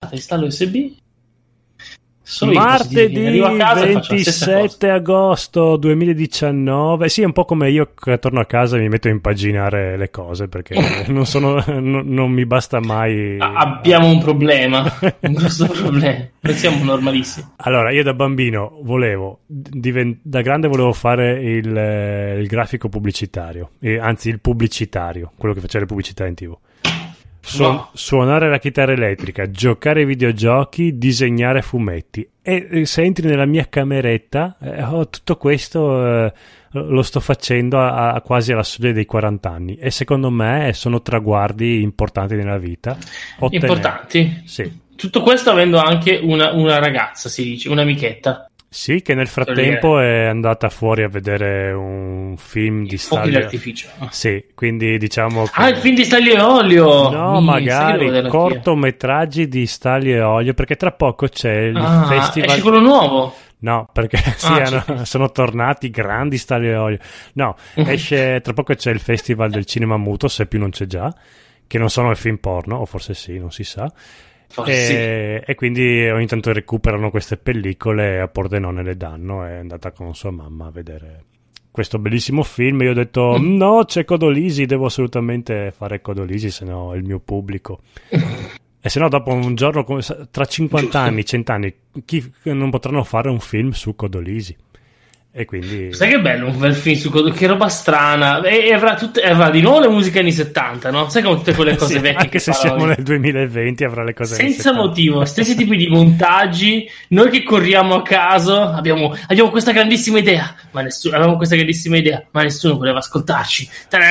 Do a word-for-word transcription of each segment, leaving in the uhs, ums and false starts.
cazzata, installo U S B. Sono martedì ventisette agosto duemiladiciannove. Sì, è un po' come io che torno a casa e mi metto a impaginare le cose perché non sono non, non mi basta mai. Abbiamo un problema, un grosso problema, non siamo normalissimi. Allora, io da bambino volevo divent- da grande volevo fare il, il grafico pubblicitario, eh, anzi il pubblicitario, quello che faceva le pubblicità in tivù. Su- no. Suonare la chitarra elettrica, giocare ai videogiochi, disegnare fumetti. E, e se entri nella mia cameretta, eh, oh, tutto questo eh, lo sto facendo a, a quasi alla soglia dei quaranta anni. E secondo me sono traguardi importanti nella vita. Ottenere... Importanti? Sì. Tutto questo avendo anche una, una ragazza, si dice, un'amichetta. Sì, che nel frattempo è andata fuori a vedere un film di Stanley. Fuochi d'artificio. Sì, quindi diciamo che... Ah, il film di Stanley e Olio! No, Mi, magari cortometraggi di Stanley e Olio, perché tra poco c'è il ah, festival... esce quello nuovo? No, perché sì, ah, hanno, sono tornati grandi Stanley e Olio. No, esce tra poco c'è il festival del cinema muto, se più non c'è già, che non sono il film porno, o forse sì, non si sa. E, e quindi ogni tanto recuperano queste pellicole e a Pordenone le danno. È andata con sua mamma a vedere questo bellissimo film. Io ho detto mm. no, c'è Codolisi, devo assolutamente fare Codolisi, se no il mio pubblico e se no dopo un giorno tra cinquanta anni, cento anni chi non potranno fare un film su Codolisi. E quindi sai che bello un bel film su Codolisi, che roba strana, e, e avrà, tutte, avrà di nuovo le musiche anni settanta, no? Sai come tutte quelle cose sì, vecchie, anche se siamo nel duemilaventi avrà le cose senza motivo, stessi tipi di montaggi, noi che corriamo a caso, abbiamo, abbiamo questa grandissima idea, ma nessuno avevamo questa grandissima idea ma nessuno voleva ascoltarci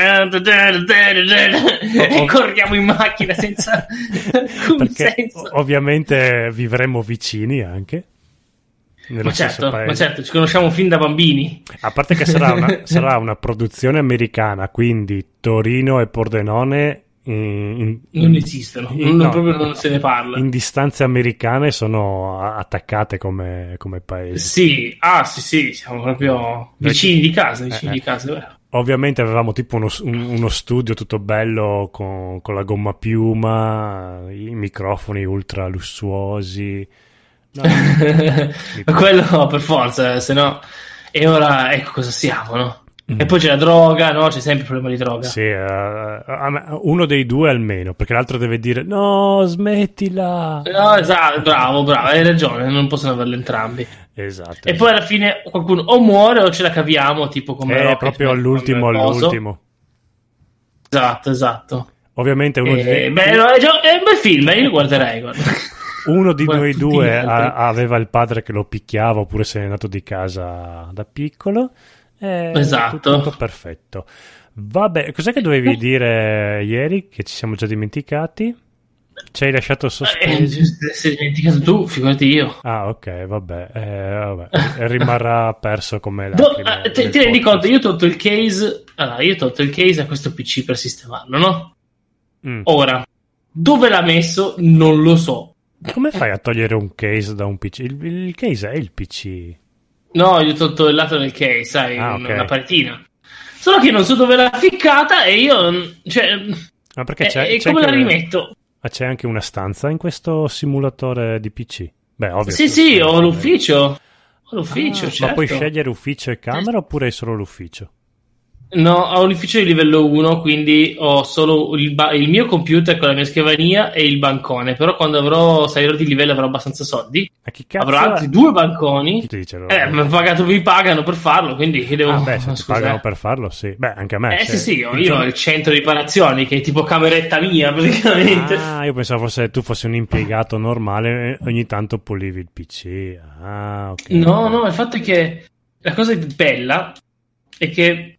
e corriamo in macchina senza alcun senso. Ovviamente vivremo vicini anche. Ma certo, ma certo, ci conosciamo fin da bambini. A parte che sarà una, sarà una produzione americana, quindi Torino e Pordenone in, in, non esistono, in, non, no, proprio non se ne parla. In distanze americane sono attaccate come, come paesi. Sì, ah sì sì, siamo proprio vicini di casa, vicini eh, di casa, vero? Ovviamente avevamo tipo uno, uno studio tutto bello con, con la gomma piuma, i microfoni ultra lussuosi. No, quello per forza, se no. E ora ecco cosa siamo, no? Mm. E poi c'è la droga, no? C'è sempre il problema di droga. Sì, uh, uno dei due almeno, perché l'altro deve dire no, smettila. No, esatto, bravo, bravo, hai ragione, non possono averle entrambi. Esatto. E poi alla fine qualcuno o muore o ce la caviamo, tipo come è Rocket, proprio all'ultimo, all'ultimo. Esatto, esatto. Ovviamente uno e, di... beh, no, è, già, è un bel film, io lo guarderei, guarda. Uno di noi due a, aveva il padre che lo picchiava oppure se n'è andato di casa da piccolo. Eh, esatto. Tutto, tutto perfetto. Vabbè, cos'è che dovevi dire ieri che ci siamo già dimenticati? Ci hai lasciato sospesi? Eh, sei dimenticato tu, figurati io. Ah, ok, vabbè, eh, vabbè. Rimarrà perso come Do, eh, ti, ti rendi conto, io ho tolto il case allora, io ho tolto il case a questo P C per sistemarlo, no? Mm. Ora, dove l'ha messo non lo so. Come fai a togliere un case da un P C? Il, il case è il P C. No, io ho tolto il lato del case, sai, ah, okay. Una paretina. Solo che non so dove l'ha ficcata e io, cioè, ma perché c'è, e c'è come la una... rimetto? Ma c'è anche una stanza in questo simulatore di P C? Beh, ovvio. Sì, sì, ho l'ufficio. Ho l'ufficio, ah, certo. Ma puoi scegliere ufficio e camera oppure è solo l'ufficio? No, ho un ufficio di livello uno, quindi ho solo il, ba- il mio computer con la mia scrivania e il bancone. Però quando avrò salirò di livello avrò abbastanza soldi. Ma chi cazzo avrò altri è? due banconi. Chi ti dice allora? Eh, mi pagato, mi pagano per farlo, quindi devo... Ah, beh, se ti pagano per farlo, sì. Beh, anche a me. Eh, sì, sì, io, io ho il centro di riparazioni, che è tipo cameretta mia, praticamente. Ah, io pensavo forse tu fossi un impiegato normale e ogni tanto pulivi il P C. Ah, ok. No, no, il fatto è che la cosa bella è che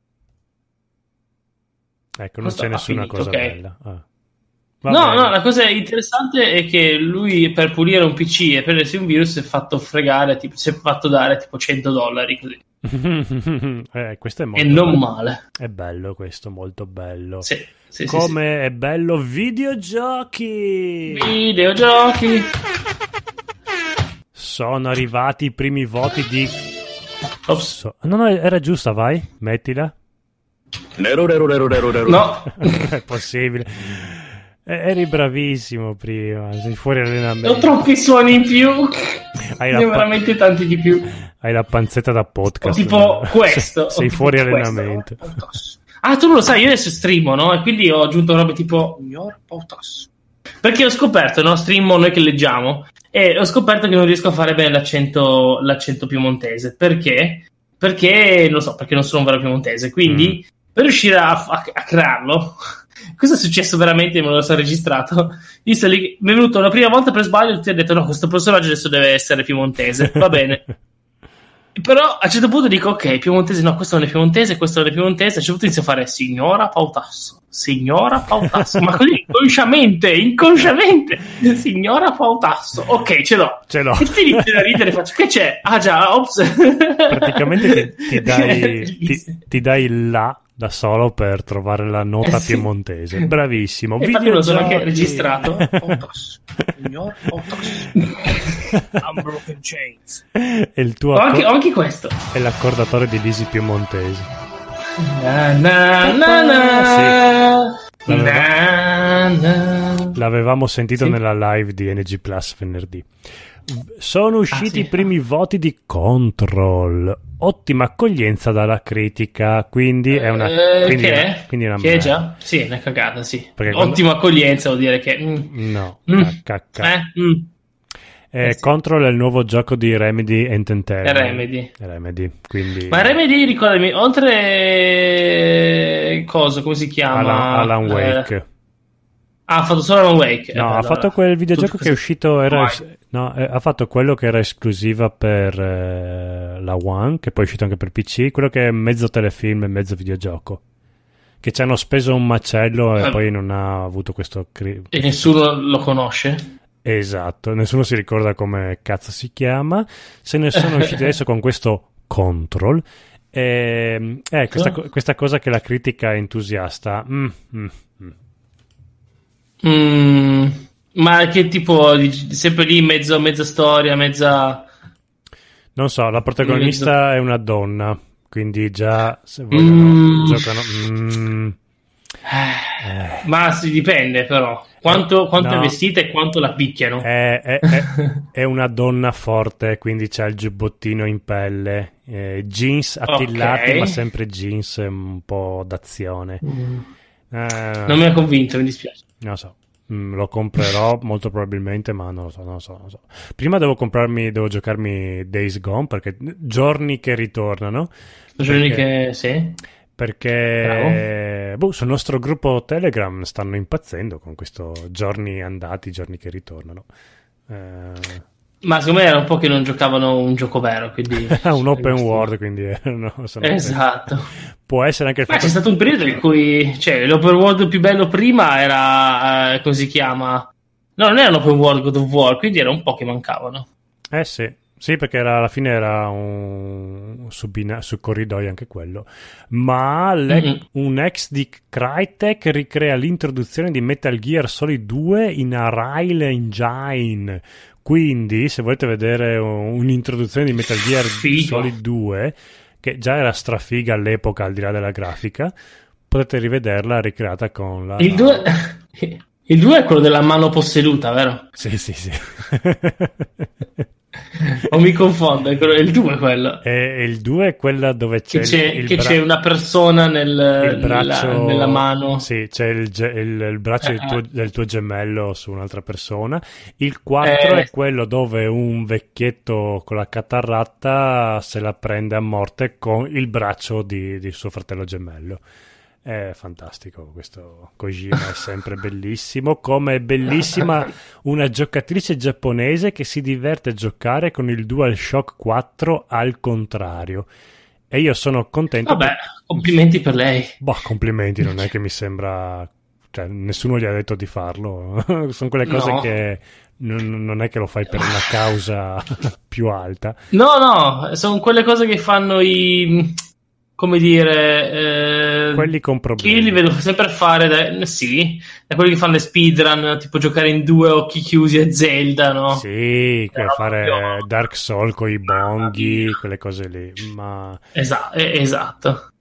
ecco, non c'è nessuna finito, cosa okay. bella. Ah. No, bene. No, la cosa interessante è che lui per pulire un P C e prendersi un virus si è fatto fregare, tipo, si è fatto dare tipo cento dollari così. eh, questo è molto e non bello. male. È bello questo, molto bello. Sì, sì, Come sì, sì. è bello videogiochi! Videogiochi! Sono arrivati i primi voti di... Ops. No, no, era giusta, vai, mettila. No, è possibile. Eri bravissimo prima, sei fuori allenamento. Ho troppi suoni in più. Hai ne ho pa- veramente tanti di più. Hai la panzetta da podcast. O tipo no? Questo. Sei tipo fuori allenamento. Questo. Ah, tu non lo sai, io adesso streamo, no? E quindi ho aggiunto robe tipo perché ho scoperto, no? Streamo noi che leggiamo e ho scoperto che non riesco a fare bene l'accento, l'accento piemontese. Perché? Perché, non so, perché non sono un vero piemontese. Quindi, mm. per riuscire a, a, a crearlo... Cosa è successo veramente? Me lo so registrato. Io sto lì, mi è venuto la prima volta per sbaglio e ti ho detto no, questo personaggio adesso deve essere piemontese, va bene. Però a un certo punto dico ok, piemontese no, questo non è piemontese, questo non è piemontese. A un certo punto inizio a fare signora Pautasso, signora Pautasso, ma così inconsciamente, inconsciamente, signora Pautasso. Ok, ce l'ho. Ce l'ho. E ti inizio a ridere e faccio che c'è? Ah già, ops. Praticamente ti, ti dai ti, ti dai là da solo per trovare la nota eh sì. piemontese. Bravissimo. E infatti lo sono anche registrato. Pautasso, signor Pautasso. Unbroken Chains. E il tuo ho anche, ho anche questo. È l'accordatore di Lisi piemontese. Na, na, na, na. Sì. L'avevamo, na, na. l'avevamo sentito sì. nella live di N G Plus venerdì. Sono usciti ah, sì. i primi voti di Control. Ottima accoglienza dalla critica, quindi è una eh, quindi che una, è? quindi una che è già? Sì, è una cagata, sì. Perché ottima quando... accoglienza vuol dire che mm. no, mm. cacca. Eh? Mm. Eh, eh sì. Control è il nuovo gioco di Remedy Entertainment. È Remedy. Remedy, quindi... Ma Remedy, ricordami, oltre cosa, come si chiama? Alan, Alan Wake. Eh... Ah, ha fatto solo Alan Wake. No, eh, ha allora. fatto quel videogioco che è uscito, era es- Vai. no, eh, ha fatto quello che era esclusiva per eh, la One, che poi è uscito anche per P C, quello che è mezzo telefilm e mezzo videogioco. Che ci hanno speso un macello e eh. poi non ha avuto questo... Cri- e nessuno lo conosce? Esatto, nessuno si ricorda come cazzo si chiama. Se ne sono usciti adesso con questo Control. E, eh, questa, questa cosa che la critica è entusiasta. Mm, mm, mm. Mm, ma che tipo sempre lì mezzo, mezza storia, mezza... Non so, la protagonista mezzo... è una donna, quindi già se vogliono mm. giocano... Mm. Eh. Ma si dipende però. Quanto, quanto no. è vestita e quanto la picchiano. È, è, è, è una donna forte, quindi c'ha il giubbottino in pelle, eh, jeans attillati, okay. ma sempre jeans un po' d'azione. Mm. Eh, non mi ha convinto, mi dispiace. Non so, mm, lo comprerò molto probabilmente, ma non lo so, non lo so, non lo so. Prima devo comprarmi, devo giocarmi Days Gone, perché giorni che ritornano. Giorni perché... che sì. Perché boh, sul nostro gruppo Telegram stanno impazzendo con questo giorni andati, giorni che ritornano. Eh... Ma secondo me era un po' che non giocavano un gioco vero, quindi un open world, quindi no, esatto. Può essere anche il Ma fatto... c'è stato un periodo in cui, cioè, l'open world più bello prima era eh, come si chiama? No, non era l'open world God of War, quindi era un po' che mancavano. Eh sì. Sì, perché era, alla fine era un su, bina, su corridoio anche quello. Ma mm-hmm. un ex di Crytek ricrea l'introduzione di Metal Gear Solid due in Unreal Engine. Quindi, se volete vedere un'introduzione di Metal Gear Figo. Solid due, che già era strafiga all'epoca, al di là della grafica, potete rivederla ricreata con la... Il due... Il due è quello della mano posseduta, vero? Sì, sì, sì. O mi confondo, è quello, il due è quello. E il due è quella dove c'è, che c'è, il, il che bra- c'è una persona nel, il braccio, nella, nella mano. Sì, c'è il, il, il braccio eh, del, tuo, del tuo gemello su un'altra persona. Il quattro eh. è quello dove un vecchietto con la catarratta se la prende a morte con il braccio di, di suo fratello gemello. È fantastico questo Kojima, è sempre bellissimo, come è bellissima una giocatrice giapponese che si diverte a giocare con il DualShock quattro al contrario, e io sono contento. Vabbè, per... complimenti per lei. Boh, complimenti, non è che mi sembra, cioè nessuno gli ha detto di farlo. Sono quelle cose no. che non, non è che lo fai per una causa più alta. No, no, sono quelle cose che fanno i... come dire, eh, quelli con problemi. Io li vedo sempre fare da, sì, da quelli che fanno le speedrun, tipo giocare in due occhi chiusi a Zelda, no? Sì, Però fare proprio... Dark Souls con i bonghi, quelle cose lì, ma Esa- esatto.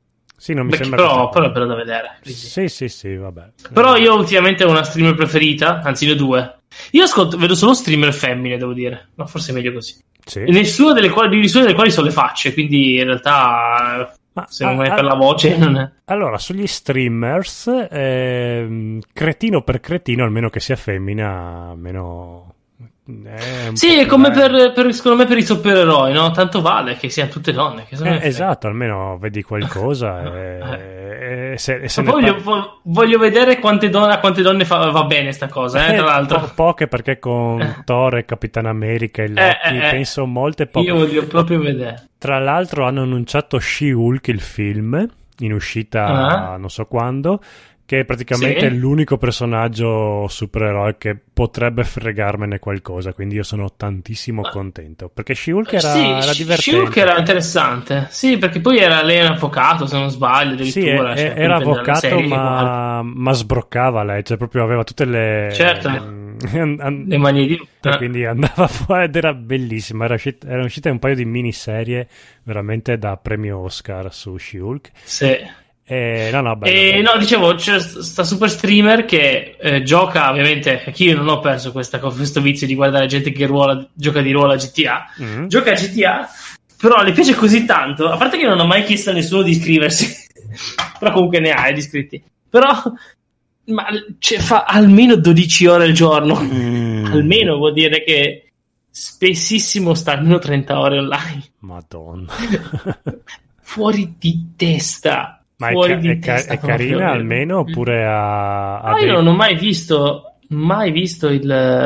Sì, non mi Beh, sembra però, però è bello da vedere. Sì, sì, sì, vabbè. Però io ultimamente ho una streamer preferita, anzi ne ho due. Io ascolto, vedo solo streamer femmine, devo dire. No, forse è meglio così. Sì. E nessuna delle quali, nessuna delle quali sono le facce, quindi in realtà ma, se non a, è per a, la voce non è. Allora, sugli streamers, eh, cretino per cretino, almeno che sia femmina, meno... È sì, è come per, per, secondo me per i supereroi, no? Tanto vale che siano tutte donne. Che eh, esatto, almeno vedi qualcosa. e, e se, e se voglio, par- voglio vedere quante donne, a quante donne fa, va bene sta cosa, eh, tra l'altro. Po- poche, perché con eh. Thor e Capitan America e Loki eh, eh, penso molte poche. Io voglio proprio vedere. Tra l'altro hanno annunciato She-Hulk, il film, in uscita uh-huh. non so quando, che è praticamente sì. l'unico personaggio supereroe che potrebbe fregarmene qualcosa, quindi io sono tantissimo contento, perché She-Hulk era, sì, era divertente. She-Hulk era interessante, sì, perché poi era lei un avvocato, se non sbaglio, addirittura. Sì, cioè, era avvocato, ma, ma sbroccava lei, cioè proprio aveva tutte le... Certo, an, an, le mani di... Eh. Quindi andava fuori ed era bellissima, era uscita, era uscita un paio di miniserie veramente da premio Oscar su She-Hulk. Sì. Eh, no, no, bello, e, bello. no, dicevo, c'è sta super streamer che eh, gioca, ovviamente, che io non ho perso questa, questo vizio di guardare gente che ruola, gioca di ruolo a G T A, mm-hmm. gioca a G T A, però le piace così tanto, a parte che non ho mai chiesto a nessuno di iscriversi, però comunque ne ha di iscritti, però ma, cioè, fa almeno dodici ore al giorno, mm. almeno vuol dire che spessissimo sta almeno trenta ore online. Madonna. Fuori di testa. Ma è, ca- è, ca- è carina almeno oppure ha, ha ah, dei... io non ho mai visto mai visto il,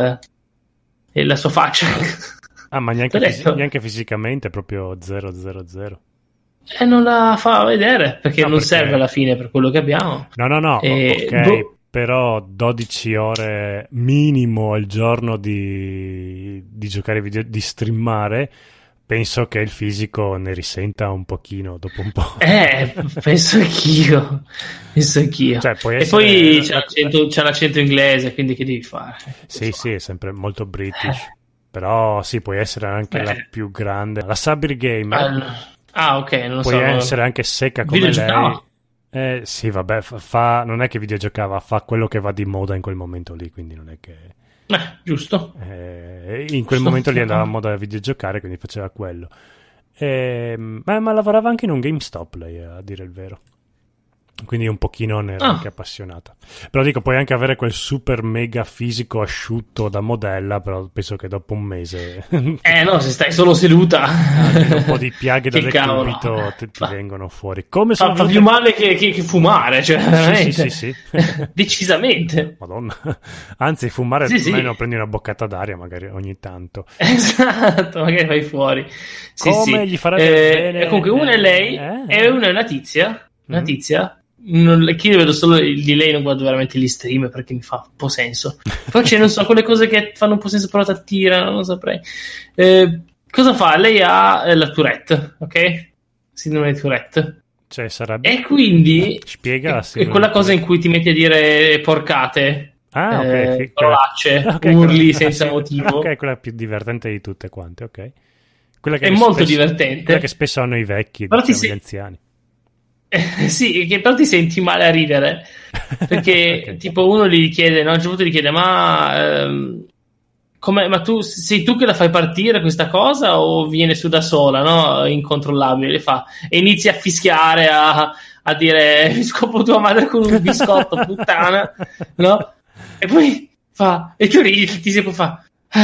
la sua faccia. Ah, ma neanche, fisi- neanche fisicamente, proprio zero zero zero. E non la fa vedere perché no, non perché... serve alla fine per quello che abbiamo. No, no, no, e... ok, boh. Però dodici ore minimo al giorno di, di giocare video, di streamare, penso che il fisico ne risenta un pochino dopo un po'. Eh, penso anch'io. Penso anch'io. Cioè, e poi c'è, la... l'accento, c'è l'accento inglese, quindi che devi fare? Sì, sì, è sempre molto british. Però sì, puoi essere anche eh. la più grande. La Sabri Gamer. Ah, ah ok, non lo puoi so. Puoi essere anche secca come lei. No. Eh, sì, vabbè, fa, non è che videogiocava, fa quello che va di moda in quel momento lì, quindi non è che... Eh, giusto. Eh, in quel giusto. momento lì andava a moda a videogiocare, quindi faceva quello. Eh, ma, ma lavorava anche in un GameStop lei, a dire il vero. Quindi un pochino ne era ah. anche appassionata. Però dico, puoi anche avere quel super mega fisico asciutto da modella, però penso che dopo un mese... eh no, se stai solo seduta... un po' di piaghe da decubito ti, ti vengono fuori. Come fa, fa più male che, che, che fumare, cioè veramente. Sì, sì, sì, sì. Decisamente. Madonna. Anzi, fumare sì, almeno sì. prendi una boccata d'aria magari ogni tanto. Esatto, magari vai fuori. Sì, Come sì. gli farebbe eh, bene... Comunque una è lei eh? e una è una tizia. Una tizia... Non, che io vedo solo di lei, non guardo veramente gli stream perché mi fa un po' senso. Poi c'è, non so, quelle cose che fanno un po' senso però ti attirano, non saprei. Eh, cosa fa? Lei ha eh, la Tourette, ok? Sindrome di Tourette. Cioè sarebbe... E quindi spiega è, è quella cosa in cui ti metti a dire porcate, ah, ok, eh, parolacce, okay, urli quella... senza motivo. Ok, quella più divertente di tutte quante, ok. Quella che è, è molto spesso, divertente. Quella che spesso hanno i vecchi, diciamo, si... gli anziani. Eh, sì, che però ti senti male a ridere perché okay. tipo uno gli chiede, no, a un certo punto gli chiede ma ehm, come, ma tu sei tu che la fai partire questa cosa o viene su da sola, no? Incontrollabile, le fa e inizia a fischiare a, a dire mi scopo tua madre con un biscotto puttana, no? E poi fa e tu ridi, ti si può fa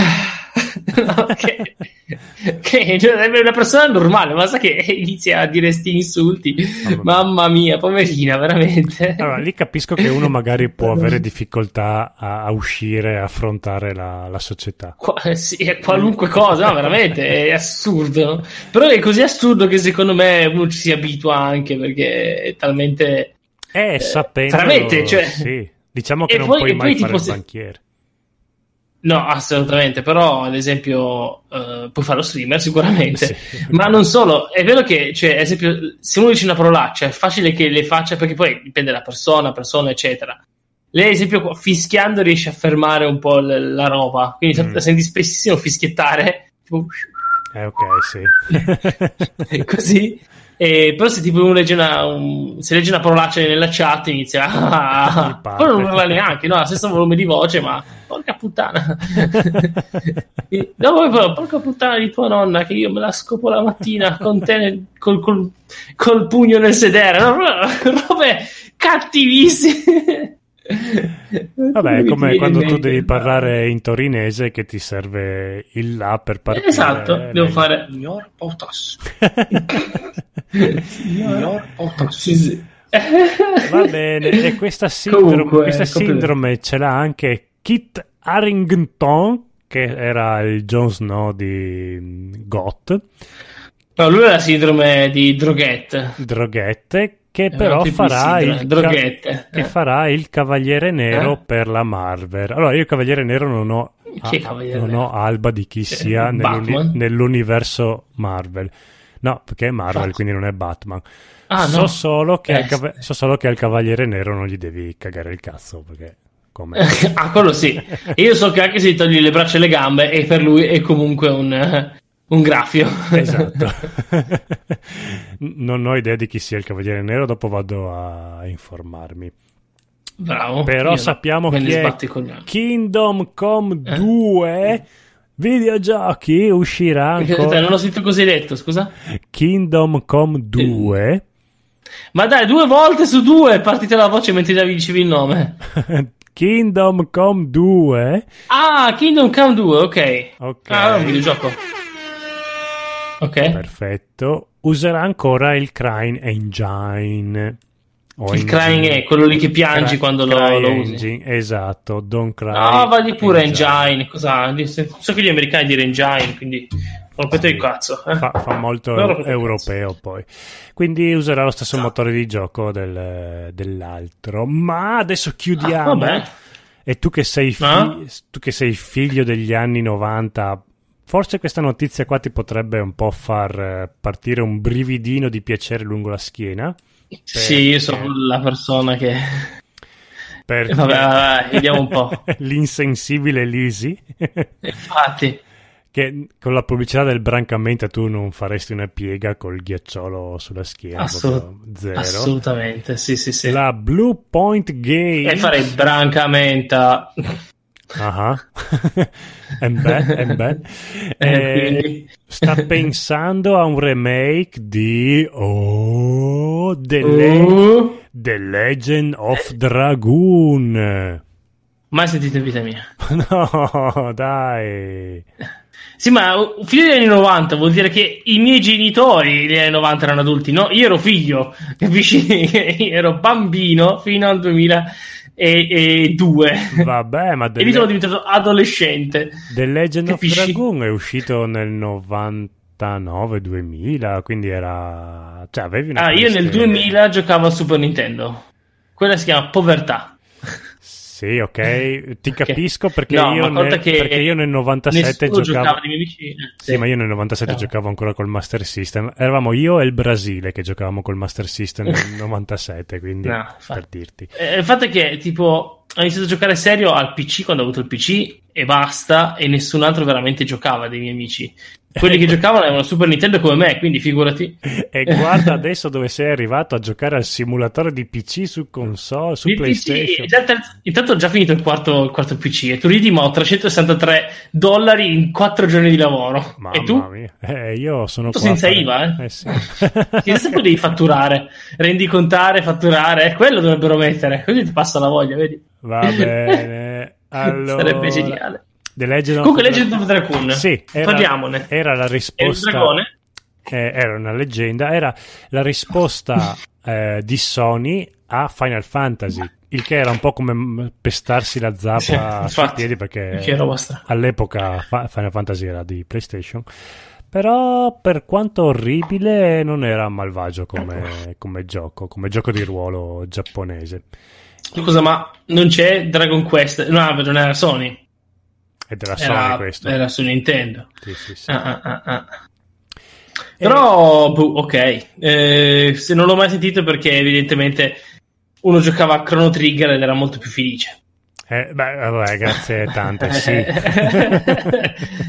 no, che, che cioè, è una persona normale, ma sa che inizia a dire sti insulti, mamma, mamma mia, poverina, veramente. Allora lì capisco che uno magari può avere difficoltà a, a uscire, a affrontare la, la società. Qua, sì, qualunque cosa, no, veramente è assurdo, però è così assurdo che secondo me uno ci si abitua anche perché è talmente eh, sapendo, veramente, cioè, sì. Diciamo che non poi, puoi mai poi, fare il se... banchiere. No, assolutamente, però ad esempio uh, puoi fare lo streamer sicuramente, sì. Ma non solo, è vero che, cioè, ad esempio, se uno dice una parolaccia è facile che le faccia, perché poi dipende da persona, persona, eccetera. Lei, ad esempio, fischiando riesce a fermare un po' l- la roba, quindi mm. la senti spessissimo fischiettare, tipo, Eh, ok, sì. E così. E però se tipo uno legge una, un, se legge una parolaccia nella chat inizia ah, poi non parla neanche, no, ha lo stesso volume di voce, ma porca puttana. E, no, poi però, porca puttana di tua nonna che io me la scopo la mattina con te nel, col, col, col pugno nel sedere, no? Robe cattivissime. Vabbè, è come quando tu devi parlare in torinese che ti serve il là per partire. Esatto, devo nel... fare signor Potas. Signor Potas. Sì, sì. Va bene, e questa sindrome, Comunque, questa sindrome ce l'ha anche Kit Harington, che era il Jon Snow di Goth. No, lui ha la sindrome di Droghette. Droghette, che però farà il, Droghette. che farà il Cavaliere Nero eh? per la Marvel. Allora, io il Cavaliere Nero non ho, a, non ho alba di chi sia eh, nell'uni, nell'universo Marvel. No, perché è Marvel, Fatto. quindi non è Batman. Ah, so, no. solo che eh. al, so solo che al Cavaliere Nero non gli devi cagare il cazzo, perché... Come... ah, quello sì. Io so che anche se gli togli le braccia e le gambe, e per lui è comunque un... un graffio. Esatto. Non ho idea di chi sia il Cavaliere Nero, dopo vado a informarmi. Bravo. Però sappiamo no. che è Kingdom Come eh? due videogiochi uscirà ancora. Non ho sentito così detto, scusa. Kingdom Come due. Eh. Ma dai, due volte su due partite la voce mentre dicevi il nome. Kingdom Come due. Ah, Kingdom Come due, ok. Ok. Ah, è un videogioco. Ok. Perfetto. Userà ancora il Crying Engine. O il Crying è quello lì che piangi Cry, quando lo, lo usi. Esatto, Don't Cry. No, vagli pure Engine. engine. Cosa? So che gli americani dire Engine, quindi rompete il cazzo. Eh? Fa, fa molto eu- europeo poi. Quindi userà lo stesso no. motore di gioco del, dell'altro. Ma adesso chiudiamo. Ah, e tu che sei fi- no? tu che sei figlio degli anni novanta, forse questa notizia qua ti potrebbe un po' far partire un brividino di piacere lungo la schiena. Sì, io sono la persona che... Perché... Vabbè, vabbè, vediamo un po'. L'insensibile Lisi. Infatti. Che con la pubblicità del Brancamente tu non faresti una piega col ghiacciolo sulla schiena. Assolut- zero. Assolutamente, sì, sì, sì. La Blue Point Games. E farei Brancamenta. Ah, e beh, e beh. Eh, sta pensando a un remake di oh, The, uh. Le- The Legend of Dragoon. Mai sentito in vita mia. No, dai. Sì, ma figlio degli anni novanta vuol dire che i miei genitori negli anni novanta erano adulti, no? Io ero figlio, capisci? Io ero bambino fino al duemiladue. Vabbè, ma e lì sono diventato adolescente. The Legend capisci? of Dragoon è uscito nel novantanove duemila, quindi era... Cioè, avevi una ah, io nel duemila giocavo al Super Nintendo. Quella si chiama povertà. Sì, ok, ti capisco perché, no, io, nel, che perché io nel novantasette giocavo... giocava di miei vicini. Sì, sì, ma io nel novantasette no. giocavo ancora col Master System. Eravamo io e il Brasile che giocavamo col Master System nel novantasette, quindi no, per dirti. Eh, il fatto è che tipo ho iniziato a giocare serio al P C quando ho avuto il P C e basta, e nessun altro veramente giocava dei miei amici. Quelli che giocavano avevano Super Nintendo come me, quindi figurati. E guarda adesso dove sei arrivato a giocare al simulatore di P C su console, su di PlayStation. P C, intanto ho già finito il quarto, il quarto P C e tu ridi, ma ho trecentosessantatré dollari in quattro giorni di lavoro. Mamma e tu? Mia. Eh, io sono tu qua senza fare... I V A, eh? eh sì. Che sempre devi fatturare, rendi contare, fatturare, eh, quello dovrebbero mettere, così ti passa la voglia, vedi? Va bene. Allora... Sarebbe geniale. The Legend of Comunque Legend of Dragoon, sì, era, parliamone. Era la risposta. Era, il eh, era una leggenda. Era la risposta eh, di Sony a Final Fantasy. Il che era un po' come pestarsi la zappa sì, sui piedi, perché all'epoca Final Fantasy era di PlayStation. Però per quanto orribile non era malvagio come, come gioco, come gioco di ruolo giapponese. Scusa, ma non c'è Dragon Quest? No, non era Sony. È della era, Sony questo. Era su Nintendo. Sì, sì, sì. Ah, ah, ah. Però, e... ok. Eh, se non l'ho mai sentito perché evidentemente uno giocava a Chrono Trigger ed era molto più felice. Eh, beh, vabbè, grazie tante, sì.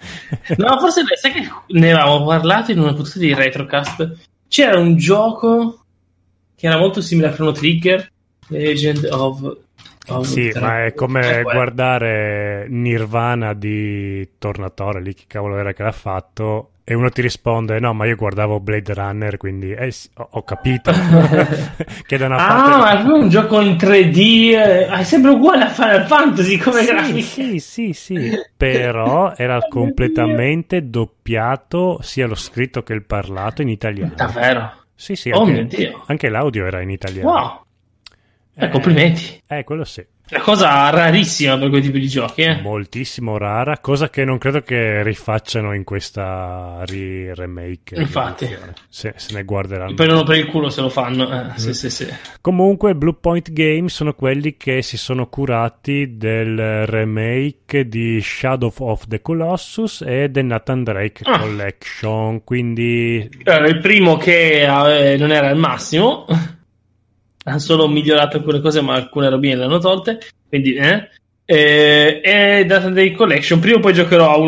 No, forse sai che ne avevamo parlato in una puntata di Retrocast. C'era un gioco che era molto simile a Chrono Trigger, Legend of... of sì, Tra- ma è come Tra- guardare Nirvana di Tornatore, lì che cavolo era che l'ha fatto, e uno ti risponde no, ma io guardavo Blade Runner, quindi eh, sì, ho, ho capito che da una ah, parte... ma è proprio un gioco in tre D, eh, è sempre uguale a Final Fantasy come sì, grafica. sì, sì, sì, però era completamente doppiato sia lo scritto che il parlato in italiano. Davvero? Sì, sì, Oh anche, mio Dio. anche l'audio era in italiano. Wow. Eh, Eh, complimenti. Eh, quello sì. Una cosa rarissima per quei tipi di giochi, eh? Moltissimo rara, cosa che non credo che rifacciano in questa ri- remake. Infatti. Se, se ne guarderanno. Mi prendono per il culo se lo fanno. Eh, mm. sì, sì, sì. Comunque, Blue Point Games sono quelli che si sono curati del remake di Shadow of the Colossus e The Nathan Drake ah. Collection. Quindi era il primo che eh, non era il massimo. Ha solo migliorato alcune cose, ma alcune robine le hanno tolte. Quindi, eh. E, e Data Day Collection. Prima o poi giocherò a un